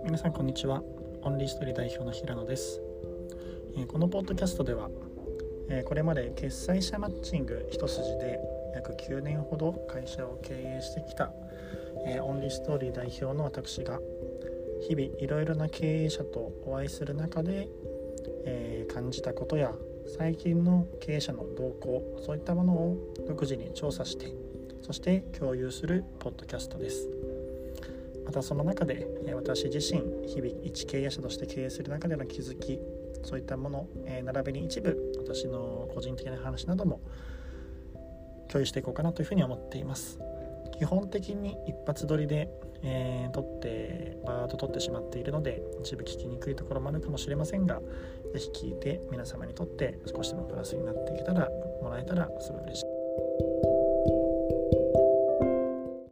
皆さんこんにちは。オンリーストーリー代表の平野です。このポッドキャストでは、これまで決済者マッチング一筋で約9年ほど会社を経営してきた、オンリーストーリー代表の私が日々いろいろな経営者とお会いする中で、感じたことや最近の経営者の動向、そういったものを独自に調査して、そして共有するポッドキャストです。またその中で私自身日々一経営者として経営する中での気づき、そういったもの、並びに一部私の個人的な話なども共有していこうかなというふうに思っています。基本的に一発撮りで、バーッと撮ってしまっているので一部聞きにくいところもあるかもしれませんが、ぜひ聞いて皆様にとって少しでもプラスになっていけたらもらえたらすごい嬉しい。